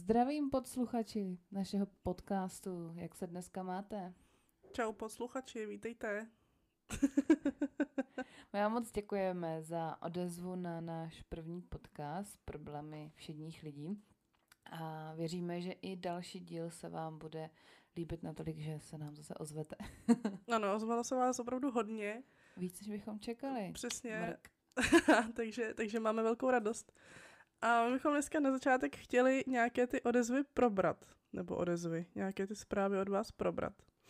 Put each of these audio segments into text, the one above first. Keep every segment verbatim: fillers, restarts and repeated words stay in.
Zdravím posluchači našeho podcastu. Jak se dneska máte? Čau posluchači, vítejte. My moc děkujeme za odezvu na náš první podcast Problémy všedních lidí. A věříme, že i další díl se vám bude líbit natolik, že se nám zase ozvete. Ano, ozvalo se vás opravdu hodně. Víc, než bychom čekali. Přesně. takže, takže máme velkou radost. A my bychom dneska na začátek chtěli nějaké ty odezvy probrat. Nebo odezvy. Nějaké ty zprávy od vás probrat.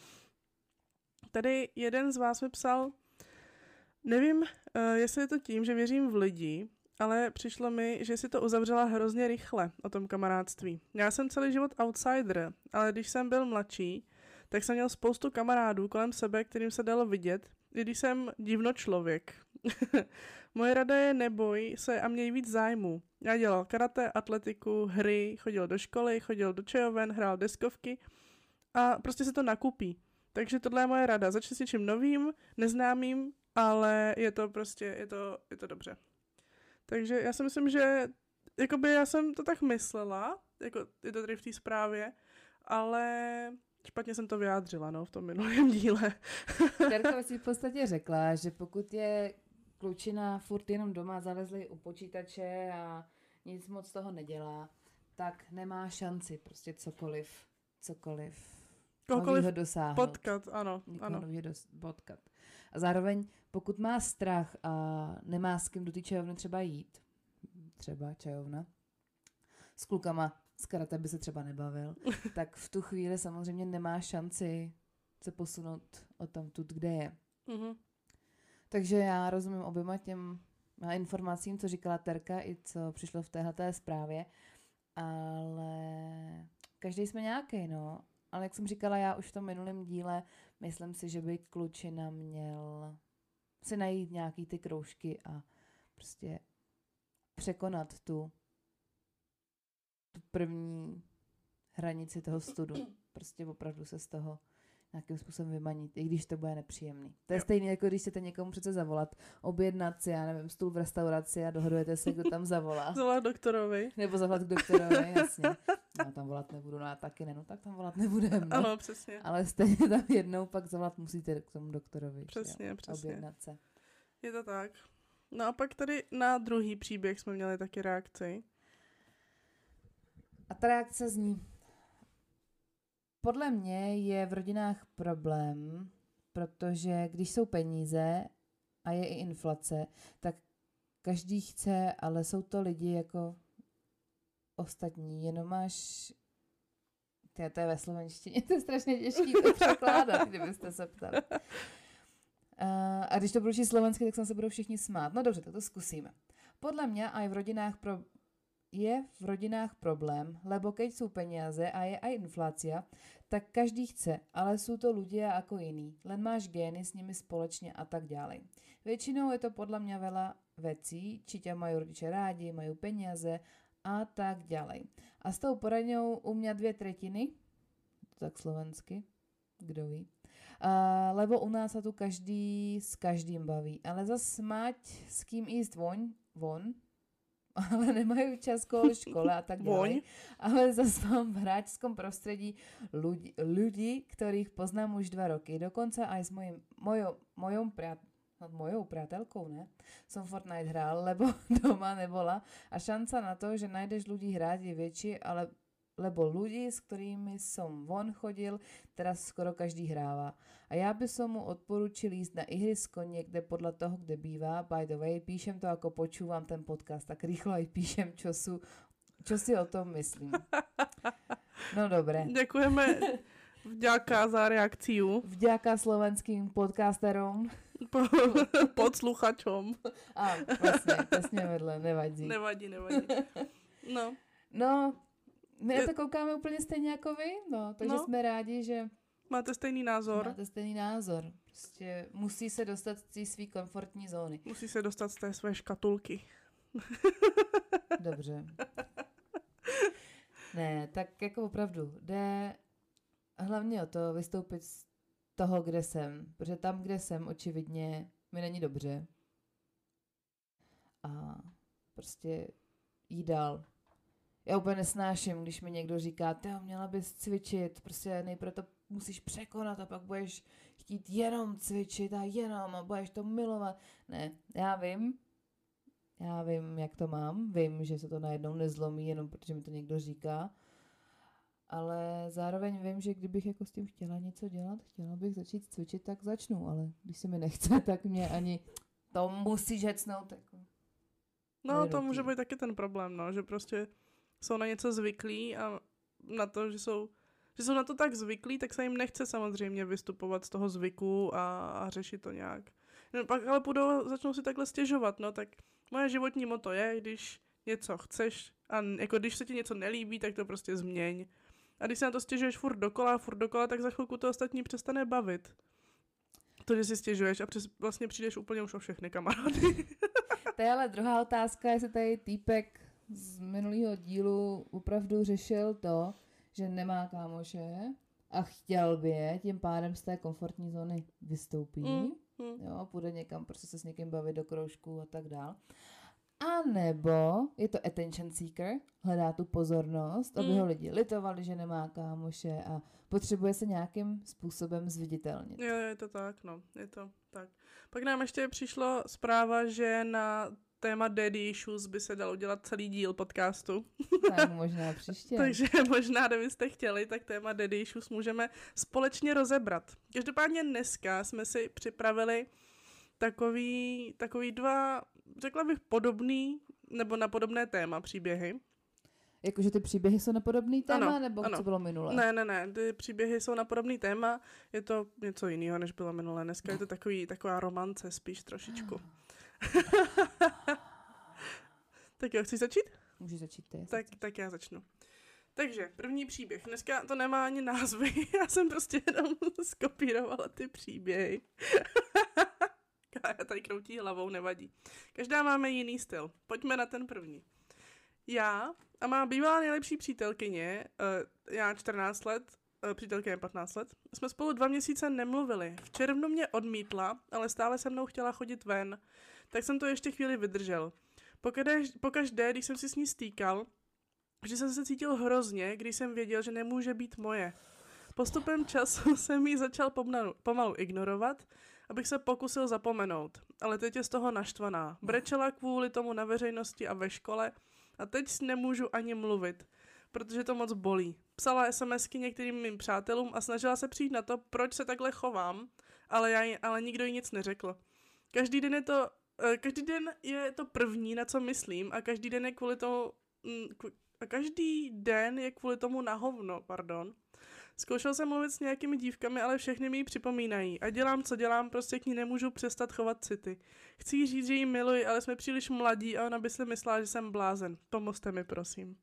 Tady jeden z vás mi psal, nevím, uh, jestli je to tím, že věřím v lidi, ale přišlo mi, že si to uzavřela hrozně rychle o tom kamarádství. Já jsem celý život outsider, ale když jsem byl mladší, tak jsem měl spoustu kamarádů kolem sebe, kterým se dalo vidět, i když jsem divno člověk. Moje rada je neboj se a měj víc zájmu. Já dělal karate, atletiku, hry, chodil do školy, chodil do čajoven, hrál deskovky a prostě se to nakupí. Takže tohle je moje rada. Začni s něčím novým, neznámým, ale je to prostě, je to, je to dobře. Takže já si myslím, že jakoby já jsem to tak myslela, jako je to tady v té zprávě, ale špatně jsem to vyjádřila, no, v tom minulém díle. Terka si v podstatě řekla, že pokud je klučina furt jenom doma zalezlý u počítače a nic moc toho nedělá, tak nemá šanci prostě cokoliv, cokoliv novýho dosáhnout. Potkat, ano. ano. Novýho dos- potkat. A zároveň, pokud má strach a nemá s kým do té čajovny třeba jít, třeba čajovna, s klukama z karate by se třeba nebavil, tak v tu chvíli samozřejmě nemá šanci se posunout od tamtud, kde je. Mm-hmm. Takže já rozumím oběma těm informacím, co říkala Terka i co přišlo v téhleté zprávě, ale každý jsme nějaký, no. Ale jak jsem říkala já už v tom minulém díle, myslím si, že by klučina měl si najít nějaký ty kroužky a prostě překonat tu, tu první hranici toho studu. Prostě opravdu se z toho nějakým způsobem vymanit, i když to bude nepříjemný. To je stejné, jako když chcete někomu přece zavolat, objednat si, já nevím, stůl v restauraci a dohodujete se, kdo tam zavolá. Zavolat doktorovi. Nebo zavolat k doktorovi, jasně. No tam volat nebudu, no a taky ne, no tak tam volat nebudem. No. Ano, přesně. Ale stejně tam jednou pak zavolat musíte k tomu doktorovi. Přesně, jo, přesně. Objednat se. Je to tak. No a pak tady na druhý příběh jsme měli taky reakci. A ta reakce zní: podle mě je v rodinách problém, protože když jsou peníze a je i inflace, tak každý chce, ale jsou to lidi jako ostatní, jenom máš... Tyjo, to je ve slovenštině, to je strašně těžký to překládat, kdybyste se ptali. A, a když to budu číst slovensky, tak se budou všichni smát. No dobře, tak to zkusíme. Podle mě aj v rodinách pro... je v rodinách problém, lebo keď sú peniaze a je aj inflácia, tak každý chce, ale sú to ľudia ako iní. Len máš gény s nimi spoločne a tak ďalej. Väčšinou je to podľa mňa veľa vecí, či ťa majú rodiče rádi, majú peniaze a tak ďalej. A s tou poradňou u mňa dvě tretiny, tak slovensky, kdo ví, a, lebo u nás sa tu každý s každým baví, ale zas mať s kým ísť von, von ale nemajú čas kvôli škole a tak ďalej. Ale zase mám v hráčskom prostredí ľudí, ľudí, ktorých poznám už dva roky. Dokonca aj s mojim, mojou, mojou, priat, mojou priateľkou, ne? Som Fortnite hral, lebo doma nebola. A šanca na to, že nájdeš ľudí hrať je väčšie, ale lebo ľudí, s ktorými som von chodil, teraz skoro každý hráva. A ja by som mu odporučil ísť na ihrisko niekde podľa toho, kde býva. By the way, píšem to, ako počúvam ten podcast, tak rýchlo aj píšem, čo, sú, čo si o tom myslím. No dobre. Ďakujeme vďaka za reakciu. Vďaka slovenským podcasterom. Podsluchačom. A vlastne, presne vedle, nevadí. Nevadí, nevadí. No. No, my to koukáme úplně stejně jako vy, no, takže no. Jsme rádi, že máte stejný názor. Máte stejný názor. Prostě musí se dostat z té své komfortní zóny. Musí se dostat z té své škatulky. Dobře. Ne, tak jako opravdu jde hlavně o to vystoupit z toho, kde jsem. Protože tam, kde jsem, očividně mi není dobře. A prostě jít dál. Já úplně nesnáším, když mi někdo říká, ty měla bys cvičit, prostě nejprve to musíš překonat a pak budeš chtít jenom cvičit a jenom a budeš to milovat. Ne, já vím, já vím, jak to mám, vím, že se to najednou nezlomí, jenom protože mi to někdo říká, ale zároveň vím, že kdybych jako s tím chtěla něco dělat, chtěla bych začít cvičit, tak začnu, ale když se mi nechce, tak mě ani to musíš hecnout. Jako. No to může být taky ten problém, no, že prostě jsou na něco zvyklí a na to, že jsou, že jsou na to tak zvyklí, tak se jim nechce samozřejmě vystupovat z toho zvyku a, a řešit to nějak. No, pak ale půjdou, začnou si takhle stěžovat, no tak moje životní motto je, když něco chceš a jako když se ti něco nelíbí, tak to prostě změň. A když se na to stěžuješ furt dokola, furt dokola, tak za chvilku to ostatní přestane bavit. To, že si stěžuješ a přes, vlastně přijdeš úplně už o všechny kamarády. To je ale druhá otázka, jestli tady týpek z minulého dílu opravdu řešil to, že nemá kámoše a chtěl by je, tím pádem z té komfortní zóny vystoupí, mm, mm. Jo, půjde někam, prostě se s někým bavit do kroužku a tak dál. A nebo je to attention seeker, hledá tu pozornost, aby mm. ho lidi litovali, že nemá kámoše a potřebuje se nějakým způsobem zviditelnit. Jo, je to tak, no, je to tak. Pak nám ještě přišlo zpráva, že na téma daddy issues by se dalo udělat celý díl podcastu. Tak možná příště. Takže možná, kdybyste chtěli, tak téma daddy issues můžeme společně rozebrat. Každopádně dneska jsme si připravili takový, takový dva, řekla bych, podobný, nebo na podobné téma příběhy. Jakože ty příběhy jsou na podobný téma, ano, nebo ano. co bylo minule? Ne, ne, ne, ty příběhy jsou na podobný téma, je to něco jiného, než bylo minule. Dneska je to takový, taková romance spíš trošičku. Tak jo, chceš začít? Můžeš začít ty. Tak, tak já začnu. Takže, první příběh. Dneska to nemá ani názvy, já jsem prostě jenom skopírovala ty příběhy. Já tady kroutí hlavou, nevadí. Každá máme jiný styl. Pojďme na ten první. Já a má bývalá nejlepší přítelkyně, uh, já čtrnáct let, uh, přítelkyně patnáct let, jsme spolu dva měsíce nemluvili. V červnu mě odmítla, ale stále se mnou chtěla chodit ven, tak jsem to ještě chvíli vydržel. Pokaždé, pokaždé, když jsem si s ní stýkal, že jsem se cítil hrozně, když jsem věděl, že nemůže být moje. Postupem času jsem ji začal pomalu, pomalu ignorovat, abych se pokusil zapomenout, ale teď je z toho naštvaná. Brečela kvůli tomu na veřejnosti a ve škole a teď nemůžu ani mluvit, protože to moc bolí. Psala SMSky některým mým přátelům a snažila se přijít na to, proč se takhle chovám, ale, já, ale nikdo jí nic neřekl. Každý den je to, každý den je to první, na co myslím a každý den je kvůli tomu, a každý den je kvůli tomu na hovno, pardon. Zkoušel jsem mluvit s nějakými dívkami, ale všechny mi ji připomínají. A dělám, co dělám, prostě k ní nemůžu přestat chovat city. Chci jí říct, že ji miluji, ale jsme příliš mladí a ona by si myslela, že jsem blázen. Pomozte mi, prosím.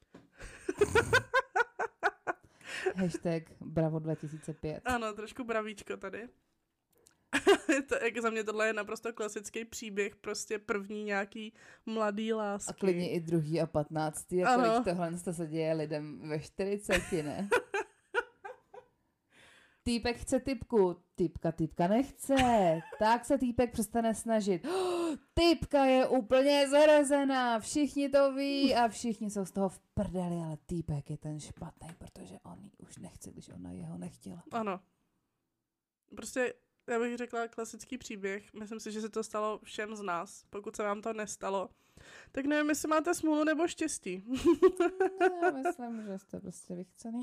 Hashtag Bravo dva tisíce pět. Ano, trošku bravíčko tady. To, jak za mě tohle je naprosto klasický příběh, prostě první nějaký mladý lásky. A klidně i druhý a patnáctý, jako tohle se děje lidem ve čtyřiceti, ne? Týpek chce typku, typka typka nechce, tak se týpek přestane snažit. Oh, typka je úplně zarezená, všichni to ví a všichni jsou z toho v prdeli, ale týpek je ten špatný, protože on ji už nechce, když ona jeho nechtěla. Ano. Prostě, já bych řekla klasický příběh, myslím si, že se to stalo všem z nás, pokud se vám to nestalo. Tak nevím, jestli máte smůlu nebo štěstí. Já myslím, že jste prostě vychcený.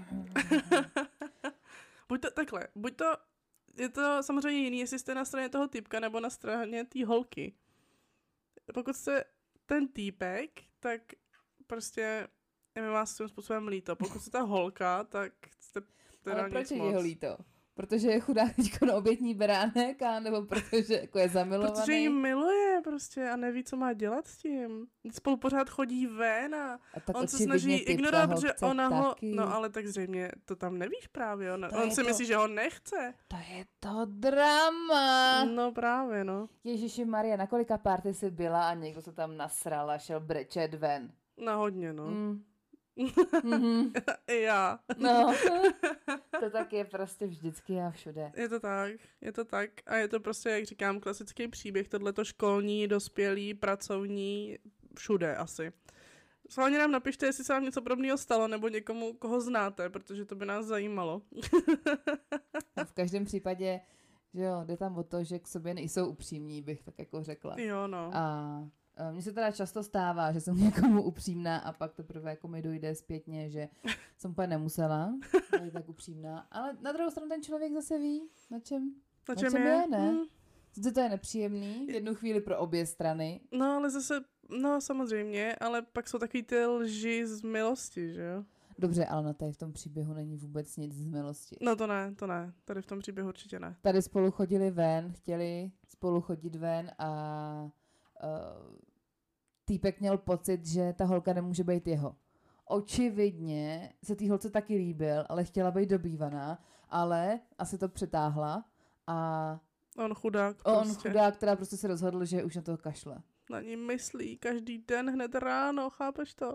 Buď to takhle, buď to, je to samozřejmě jiný, jestli jste na straně toho týpka nebo na straně té holky. Pokud jste ten týpek, tak prostě je mi vás svým způsobem líto. Pokud jste ta holka, tak jste teda ale proč nic je jeho líto? Protože je chudá teďko na obětní beránek, a nebo protože jako je zamilovaný? Protože ji miluje prostě a neví, co má dělat s tím. Spolu pořád chodí ven a, a on se snaží ignorovat, protože ona ho... No ale tak zřejmě to tam nevíš právě. On, on si to... myslí, že ho nechce. To je to drama. No právě, no. Ježiši Maria, na kolika party jsi byla a někdo se tam nasral a šel brečet ven? Na hodně, no. Mm. Mm-hmm. I já. No, to tak je prostě vždycky a všude. Je to tak, je to tak a je to prostě, jak říkám, klasický příběh, tohleto školní, dospělý, pracovní, všude asi. Schválně nám napište, jestli se vám něco podobného stalo, nebo někomu, koho znáte, protože to by nás zajímalo. A v každém případě, že jo, jde tam o to, že k sobě nejsou upřímní, bych tak jako řekla. Jo, no. A mně se teda často stává, že jsem někomu upřímná a pak teprve jako mi dojde zpětně, že jsem úplně nemusela být tak upřímná. Ale na druhou stranu ten člověk zase ví, na čem, Na na čem, čem je, je, ne? Hmm. Zde to je nepříjemný, v jednu chvíli pro obě strany. No, ale zase, no samozřejmě, ale pak jsou takový ty lži z milosti, že jo? Dobře, ale na tady v tom příběhu není vůbec nic z milosti. No to ne, to ne. Tady v tom příběhu určitě ne. Tady spolu chodili ven, chtěli spolu chodit ven a uh, týpek měl pocit, že ta holka nemůže být jeho. Očividně se té holce taky líbil, ale chtěla být dobývaná, ale asi to přetáhla a On chudák on prostě. chudák, která prostě se rozhodl, že už na to kašle. Na ní myslí každý den hned ráno, chápeš to?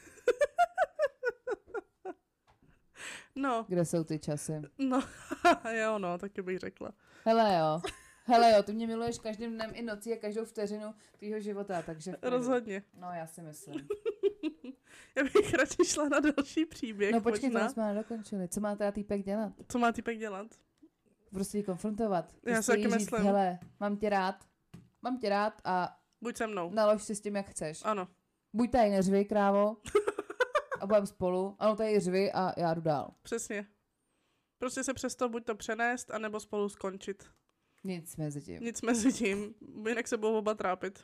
No, Kde jsou ty časy? no, jo no, taky bych řekla. Hele jo, hele jo, ty mě miluješ každým dnem i nocí a každou vteřinu tvýho života, takže... v klidu. Rozhodně. No já si myslím. Já bych radši šla na další příběh, No počkej, možná. to jsme nedokončili. Co má teda týpek dělat? Co má týpek dělat? Prostě ji konfrontovat. Já Prostě si taky jí říct, myslím. hele, mám tě rád, mám tě rád a Buď se mnou. nalož si s tím, jak chceš. Ano. Buď tady neřvi, krávo, a budeme spolu, ano, tady řvi a já jdu dál. Přesně. Prostě se přesto buď to přenést, anebo spolu skončit. Nic mezi tím. Nic mezi tím, jinak se budou oba trápit.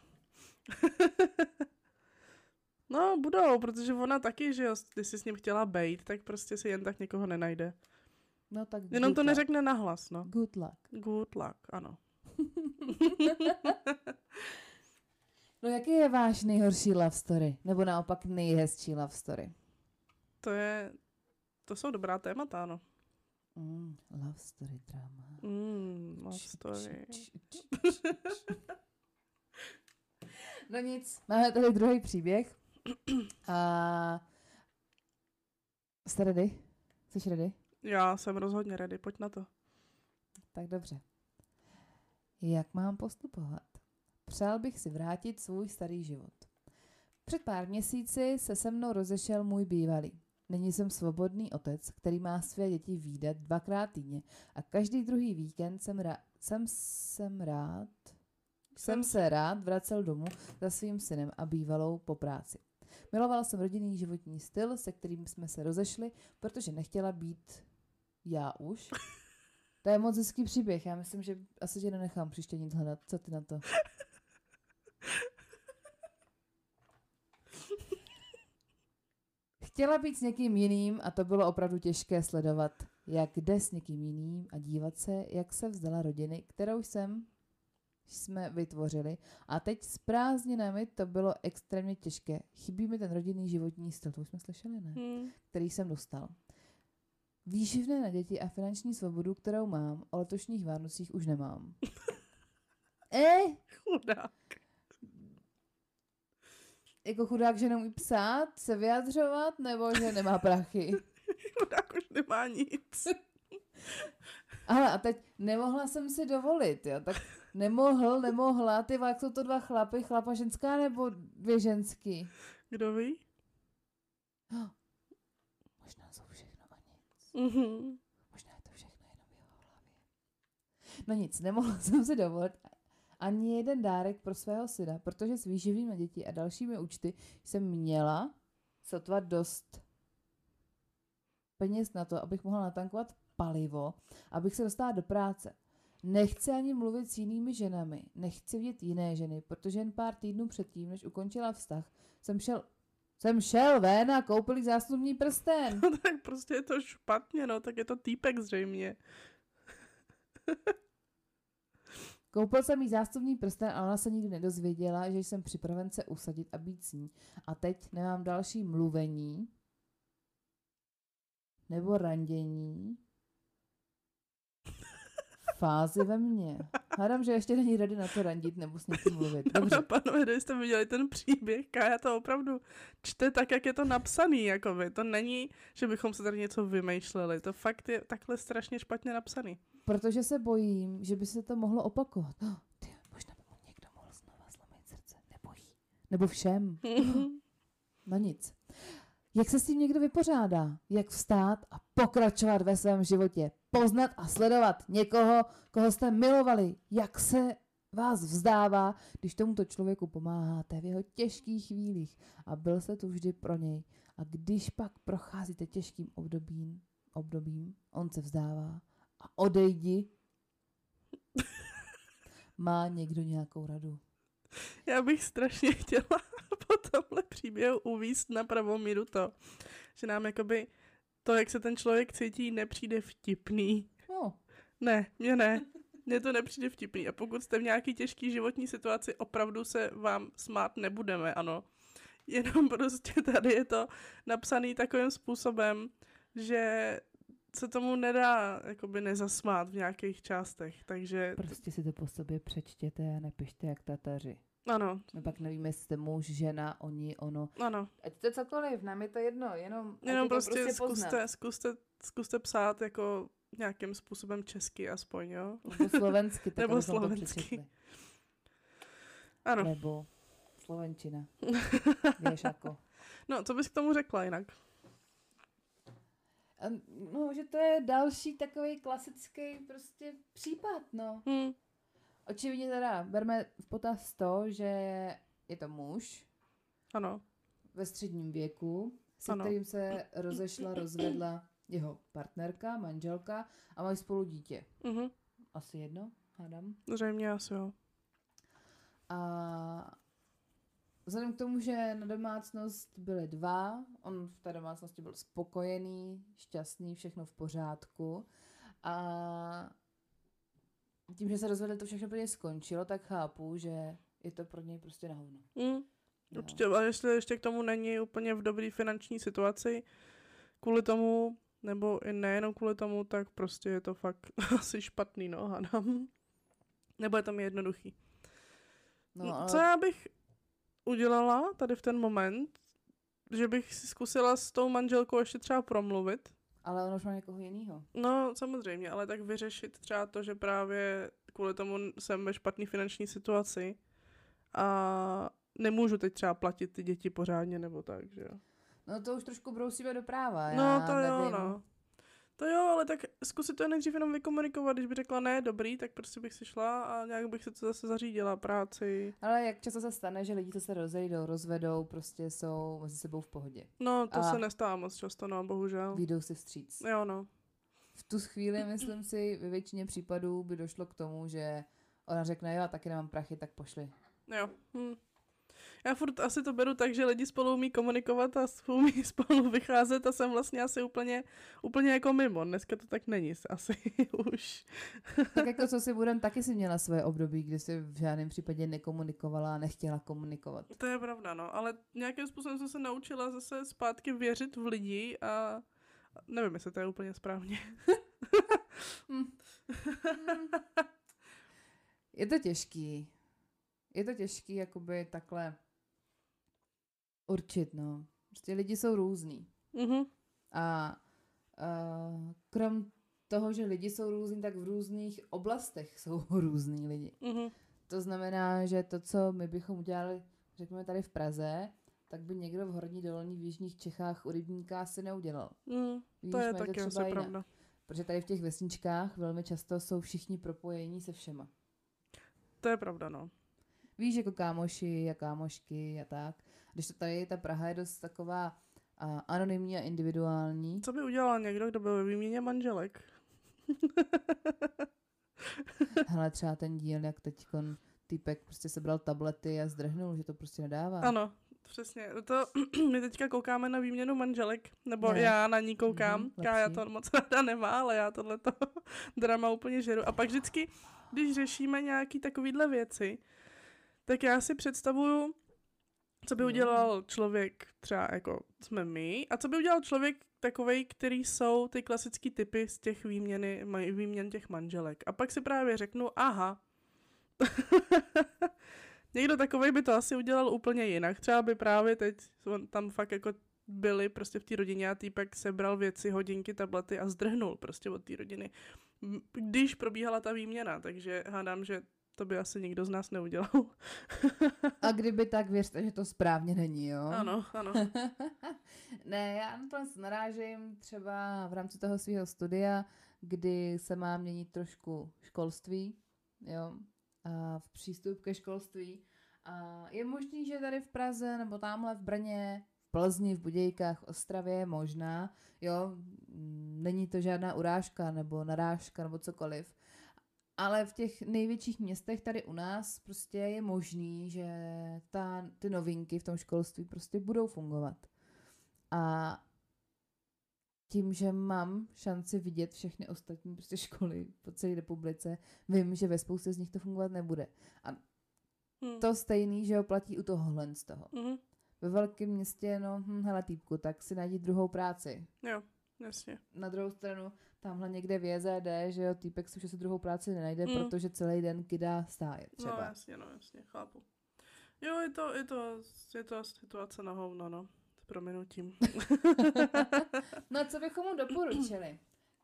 No, budou, protože ona taky, že jo, když jsi s ním chtěla bejt, tak prostě si jen tak někoho nenajde. No tak Jenom good to luck. neřekne nahlas, no. Good luck. Good luck, ano. No jaký je váš nejhorší love story? Nebo naopak nejhezčí love story? To je, to jsou dobrá témata, ano. Mm, love story drama. Mm, love story. No nic, máme tady druhý příběh. A... Jste ready? Jsi ready? Já jsem rozhodně ready, pojď na to. Tak dobře. Jak mám postupovat? Přál bych si vrátit svůj starý život. Před pár měsíci se se mnou rozešel můj bývalý. Nyní jsem svobodný otec, který má své děti vídat dvakrát týdně a každý druhý víkend jsem, rá- jsem, jsem rád jsem se rád vracel domů za svým synem a bývalou po práci. Miloval jsem rodinný životní styl, se kterým jsme se rozešli, protože nechtěla být já už. To je moc hezký příběh. Já myslím, že asi tě nenechám příště nic hledat. Co ty na to? Chtěla být s někým jiným a to bylo opravdu těžké sledovat, jak jde s někým jiným a dívat se, jak se vzdala rodiny, kterou jsem jsme vytvořili. A teď s prázdninami to bylo extrémně těžké. Chybí mi ten rodinný životní styl, to už jsme slyšeli, ne? Hmm. Který jsem dostal. Výživné na děti a finanční svobodu, kterou mám, o letošních Vánocích už nemám. Eh? Chudák. Jako chudák, že neumí psát, se vyjadřovat, nebo že nemá prachy? Chudák už nemá nic. Ale a teď nemohla jsem si dovolit, jo, tak nemohl, nemohla, ty jak jsou to dva chlapy, chlapa ženská nebo dvě ženský? Kdo ví? Oh, možná jsou všechno a nic. Mhm. Možná je to všechno jenom v jeho hlavě. No nic, nemohla jsem si dovolit ani jeden dárek pro svého syna, protože s výživím na děti a dalšími účty jsem měla sotva dost peněz na to, abych mohla natankovat palivo, abych se dostala do práce. Nechci ani mluvit s jinými ženami, nechci vidět jiné ženy, protože jen pár týdnů předtím, než ukončila vztah, jsem šel, jsem šel ven a koupil jí zásnubní prsten. No tak prostě je to špatně, no, tak je to týpek zřejmě. Koupil jsem jí zástupný prsten a ona se nikdy nedozvěděla, že jsem připraven se usadit a být s ní. A teď nemám další mluvení nebo randění fázi ve mně. Hádám, že ještě není rady na to randit nebo s někým mluvit. Dobře. Dobře. Pánové, když jste viděli ten příběh, Kája to opravdu čte tak, jak je to napsaný, jakoby. To není, že bychom se tady něco vymýšleli. To fakt je takhle strašně špatně napsaný. Protože se bojím, že by se to mohlo opakovat. Oh, ty, možná by mu někdo mohl znova zlomit srdce. Nebo jí. Nebo všem. No nic. Jak se s tím někdo vypořádá? Jak vstát a pokračovat ve svém životě? Poznat a sledovat někoho, koho jste milovali? Jak se vás vzdává, když tomuto člověku pomáháte v jeho těžkých chvílích a byl jste tu vždy pro něj. A když pak procházíte těžkým obdobím, obdobím, on se vzdává a odejdi, má někdo nějakou radu? Já bych strašně chtěla po tomhle příběhu uvíct na pravou míru to, že nám jakoby to, jak se ten člověk cítí, nepřijde vtipný. No. Ne, mně ne. Mně to nepřijde vtipný. A pokud jste v nějaký těžký životní situaci, opravdu se vám smát nebudeme, ano. Jenom prostě tady je to napsaný takovým způsobem, že se tomu nedá jakoby nezasmát v nějakých částech, takže... Prostě si to po sobě přečtěte a nepište jak Tataři. Ano. My pak nevíme, jestli jste muž, žena, oni, ono. Ano. Ať to cokoliv, nám je to jedno, jenom, jenom prostě, prostě, prostě zkuste, zkuste, zkuste psát jako nějakým způsobem česky aspoň, jo? Nebo slovensky, tak Nebo abychom to slovensky. přečetli. Ano. Nebo slovenčina. Víš jako. No, co bys k tomu řekla jinak? A, no, že to je další takový klasický prostě případ, no. Hmm. Očividně teda berme v potaz to, že je to muž Ano. ve středním věku, se Ano. kterým se rozešla, rozvedla jeho partnerka, manželka a mají spolu dítě. Mhm. Asi jedno, hádám. Zřejmě asi jo. A vzhledem k tomu, že na domácnost byly dva, on v té domácnosti byl spokojený, šťastný, všechno v pořádku. A tím, že se rozvedli, to všechno pro něj skončilo, tak chápu, že je to pro něj prostě na hovno. Mm. Určitě, ale jestli ještě k tomu není úplně v dobrý finanční situaci, kvůli tomu, nebo i nejenom kvůli tomu, tak prostě je to fakt asi špatný, no, hádám. Nebo je to mi jednoduchý. No, ale... Co já bych udělala tady v ten moment, že bych si zkusila s tou manželkou ještě třeba promluvit. Ale ono už má někoho jinýho. No, samozřejmě, ale tak vyřešit třeba to, že právě kvůli tomu jsem ve špatné finanční situaci a nemůžu teď třeba platit ty děti pořádně nebo tak, že jo. No to už trošku brousíme do práva, já No, to jo, nevím. no. To jo, ale tak zkusit to nejdřív jenom vykomunikovat, když by řekla ne, dobrý, tak prostě bych si šla a nějak bych se to zase zařídila, práci. Ale jak často se stane, že lidi, co se rozejdou, rozvedou, prostě jsou mezi sebou v pohodě. No, to A se nestává moc často, no, bohužel. Výjdou si vstříc. Jo, no. V tu chvíli, myslím si, ve většině případů by došlo k tomu, že ona řekne, jo, taky nemám prachy, tak pošli. Jo. Hm. Já furt asi to beru tak, že lidi spolu umí komunikovat a umí spolu vycházet a jsem vlastně asi úplně, úplně jako mimo. Dneska to tak není asi už. Tak jako co si budem, taky si měla svoje období, kdy si v žádném případě nekomunikovala a nechtěla komunikovat. To je pravda, no. Ale nějakým způsobem jsem se naučila zase zpátky věřit v lidi a nevím, jestli to je úplně správně. hm. Je to těžký. Je to těžký, jakoby takhle určit, no. Prostě lidi jsou různý. Mhm. A uh, krom toho, že lidi jsou různý, tak v různých oblastech jsou různý lidi. Mhm. To znamená, že to, co my bychom udělali, řekněme tady v Praze, tak by někdo v Horní Dolní v jižních Čechách u rybníka asi neudělal. Mm, Víš, to je mají taky asi třeba jinak. pravda. Protože tady v těch vesničkách velmi často jsou všichni propojení se všema. To je pravda, no. Víš, jako kámoši a kámošky a tak. Když to tady, ta Praha je dost taková a, anonymní a individuální. Co by udělal někdo, kdo byl ve výměně manželek? Hele, třeba ten díl, jak teďkon týpek prostě sebral tablety a zdrhnul, že to prostě nedává. Ano, přesně. To, my teďka koukáme na výměnu manželek, nebo Ne. já na ní koukám. Mhm, Kája lepší. to moc ráda nemá, ale já tohleto drama úplně žeru. A pak vždycky, když řešíme nějaký takovýhle věci, tak já si představuju, co by No. udělal člověk, třeba jako jsme my, a co by udělal člověk takovej, který jsou ty klasický typy z těch výměny, maj- výměn těch manželek. A pak si právě řeknu, aha, někdo takovej by to asi udělal úplně jinak. Třeba by právě teď on tam fakt jako byli prostě v té rodině a týpek sebral věci, hodinky, tablety a zdrhnul prostě od té rodiny, m- když probíhala ta výměna. Takže hádám, že To by asi nikdo z nás neudělal. A kdyby tak, věřte, že to správně není, jo? Ano, ano. Ne, já na to narážím třeba v rámci toho svého studia, kdy se má měnit trošku školství, jo, a v přístup ke školství. A je možný, že tady v Praze nebo tamhle v Brně, v Plzni, v Budějkách, v Ostravě možná, jo, není to žádná urážka nebo narážka nebo cokoliv, ale v těch největších městech tady u nás prostě je možný, že ta, ty novinky v tom školství prostě budou fungovat. A tím, že mám šanci vidět všechny ostatní prostě školy po celé republice, vím, že ve spoustě z nich to fungovat nebude. A hmm. to stejný, že ho platí u tohohle z toho. Hmm. Ve velkém městě, no, hm, hele týpku, tak si najdi druhou práci. Jo, jasně. Na druhou stranu, tamhle někde v J Z D, že jo, týpek si už si druhou práci nenajde, hmm. protože celý den kydá stáje třeba. No jasně, no jasně, chápu. Jo, je to, je to, je to situace na hovno, no. S prominutím. No, co bychom mu doporučili?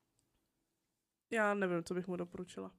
Já nevím, co bych mu doporučila.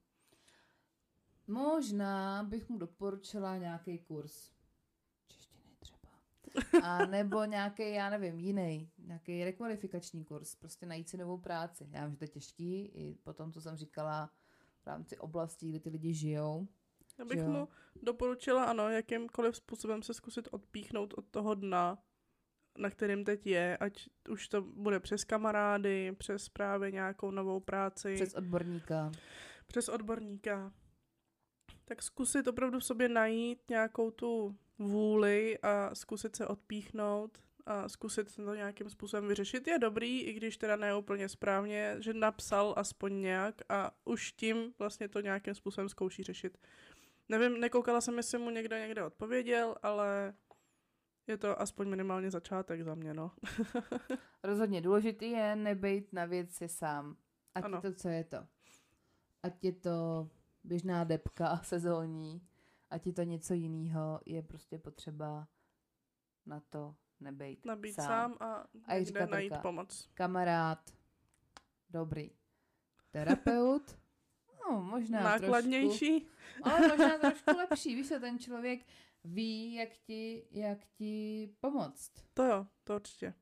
Možná bych mu doporučila nějaký kurz. Češtiny třeba. A nebo nějaký, já nevím, jiný, nějaký rekvalifikační kurz. Prostě najít si novou práci. Já vím, že to je těžký, i po tom, co jsem říkala v rámci oblastí, kde ty lidi žijou. Já bych mu doporučila, ano, jakýmkoliv způsobem se zkusit odpíchnout od toho dna, na kterým teď je, ať už to bude přes kamarády, přes právě nějakou novou práci. Přes odborníka. Přes odborníka. Tak zkusit opravdu v sobě najít nějakou tu vůli a zkusit se odpíchnout a zkusit to nějakým způsobem vyřešit. Je dobrý, i když teda ne úplně správně, že napsal aspoň nějak a už tím vlastně to nějakým způsobem zkouší řešit. Nevím, nekoukala jsem, jestli mu někdo někde odpověděl, ale je to aspoň minimálně začátek za mě, no. Rozhodně důležitý je nebejt na věci sám. Ať ano. je to, co je to. Ať je to běžná debka sezónní, ať je to něco jiného, je prostě potřeba na to nebejt Nabít sám. sám a, a někde najít pomoc. Kamarád, dobrý. Terapeut, no možná nákladnější. Trošku, ale možná trošku lepší. Víš, že ten člověk ví, jak ti, jak ti pomoct. To jo, to určitě.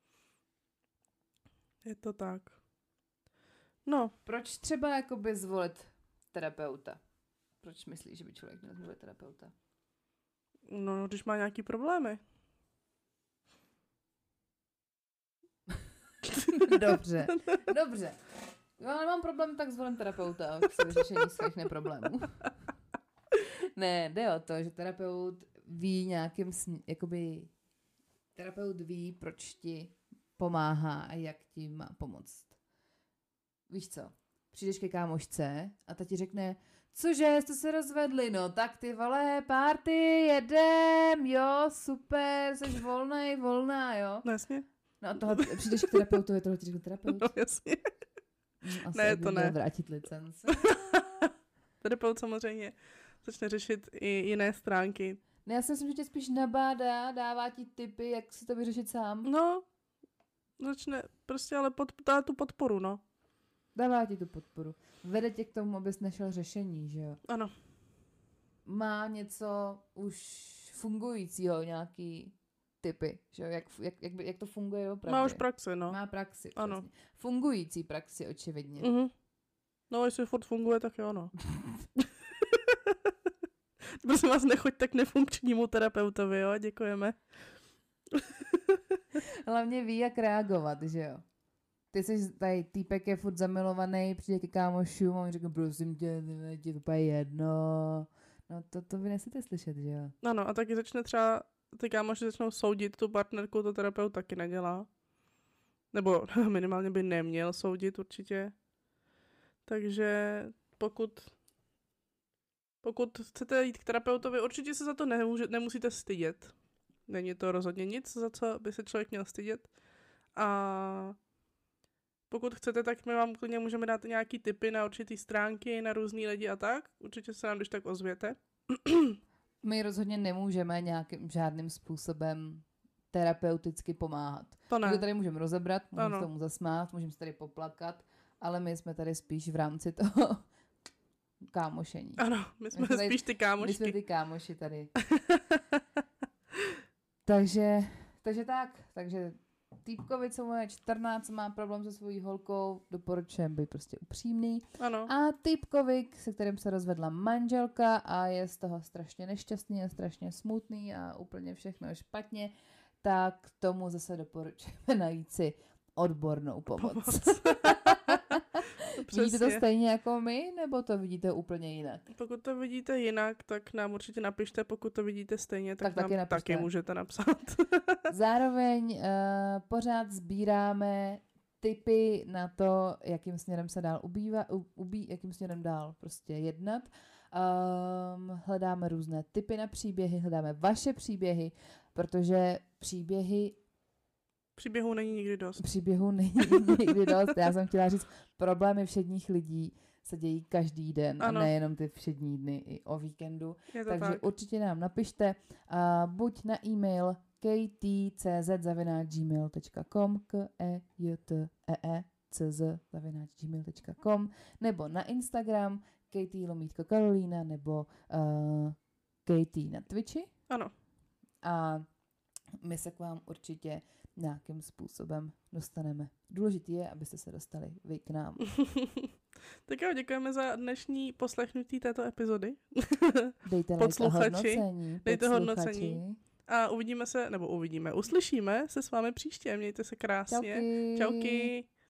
Je to tak. No. Proč třeba jakoby zvolit terapeuta? Proč myslíš, že by člověk měl zvolit terapeuta? No, když má nějaký problémy. Dobře, dobře. Já nemám problém, tak zvolím terapeuta k vyřešení svých neproblémů. Ne, jde o to, že terapeut ví nějakým, sn- jakoby, terapeut ví, proč ti pomáhá a jak ti má pomoct. Víš co, přijdeš ke kámošce a ta ti řekne, cože, jste se rozvedli, no tak ty vole, party, jedem, jo, super, jsi volnej, volná, jo. No jasně. No a tohle, přijdeš k terapeutovi, tohle ti řekne terapeut. No jasně. Asi ne, to ne. Vrátit licenci. Terapeut samozřejmě začne řešit i jiné stránky. Ne, já si myslím, že tě spíš nabádá, dává ti tipy, jak si to vyřešit sám. No, začne prostě ale pod, dá tu podporu, no. Dává ti tu podporu. Vede tě k tomu, abys našel řešení, že jo? Ano. Má něco už fungujícího, nějaký typy, že jo? Jak, jak, jak, jak to funguje opravdu. Má už praxi, no. Má praxi, ano. Přesně. Fungující praxi, očividně. Mhm. No, jestli furt funguje, tak jo, no. Prosím vás, nechoďte k nefunkčnímu terapeutovi, jo? Děkujeme. Hlavně ví, jak reagovat, že jo? Ty jsi tady, týpek je furt zamilovaný, přijde ke kámošům a on řekne, prosím tě, ti to úplně jedno. No to, to vy nesete slyšet, že jo? Ano, a taky začne třeba, ty kámoši začnou soudit tu partnerku, to terapeut taky nedělá. Nebo minimálně by neměl soudit určitě. Takže pokud pokud chcete jít k terapeutovi, určitě se za to nemůže, nemusíte stydět. Není to rozhodně nic, za co by se člověk měl stydět. A pokud chcete, tak my vám klidně můžeme dát nějaký tipy na určitý stránky, na různý lidi a tak. Určitě se nám když tak ozvěte. My rozhodně nemůžeme nějakým žádným způsobem terapeuticky pomáhat. To ne. My to tady můžeme rozebrat, můžeme se tomu zasmát, můžeme se tady poplakat, ale my jsme tady spíš v rámci toho kámošení. Ano, my jsme, My jsme tady- spíš ty kámošky. My jsme ty kámoši tady. takže, takže tak, takže týpkovi, co mu je čtrnáct, má problém se svojí holkou, doporučujem být prostě upřímný. Ano. A týpkovi, se kterým se rozvedla manželka a je z toho strašně nešťastný a strašně smutný a úplně všechno je špatně, tak tomu zase doporučujeme najít si odbornou pomoc. pomoc. Vidíte to stejně jako my, nebo to vidíte úplně jinak? Pokud to vidíte jinak, tak nám určitě napište, pokud to vidíte stejně, tak, tak nám taky, napište. taky můžete napsat. Zároveň uh, pořád sbíráme tipy na to, jakým směrem se dál ubývá, ubí, jakým směrem dál prostě jednat. Um, hledáme různé tipy na příběhy, hledáme vaše příběhy, protože příběhy Příběhů není nikdy dost. Příběhů není nikdy dost. Já jsem chtěla říct, problémy všedních lidí se dějí každý den ano. a nejenom ty všední dny i o víkendu. Takže tak. určitě nám napište uh, buď na e-mail k t c z zavináč gmail tečka com k e j t e e c z zavináč gmail tečka com nebo na Instagram Katy lomítko Karolína nebo uh, Katy na Twitchi. Ano. A my se k vám určitě nějakým způsobem dostaneme. Důležité je, abyste se dostali vy k nám. Tak jo, děkujeme za dnešní poslechnutí této epizody. Dejte like a hodnocení. Dejte hodnocení. A uvidíme se, nebo uvidíme, uslyšíme se s vámi příště. Mějte se krásně. Čauky. Čauky.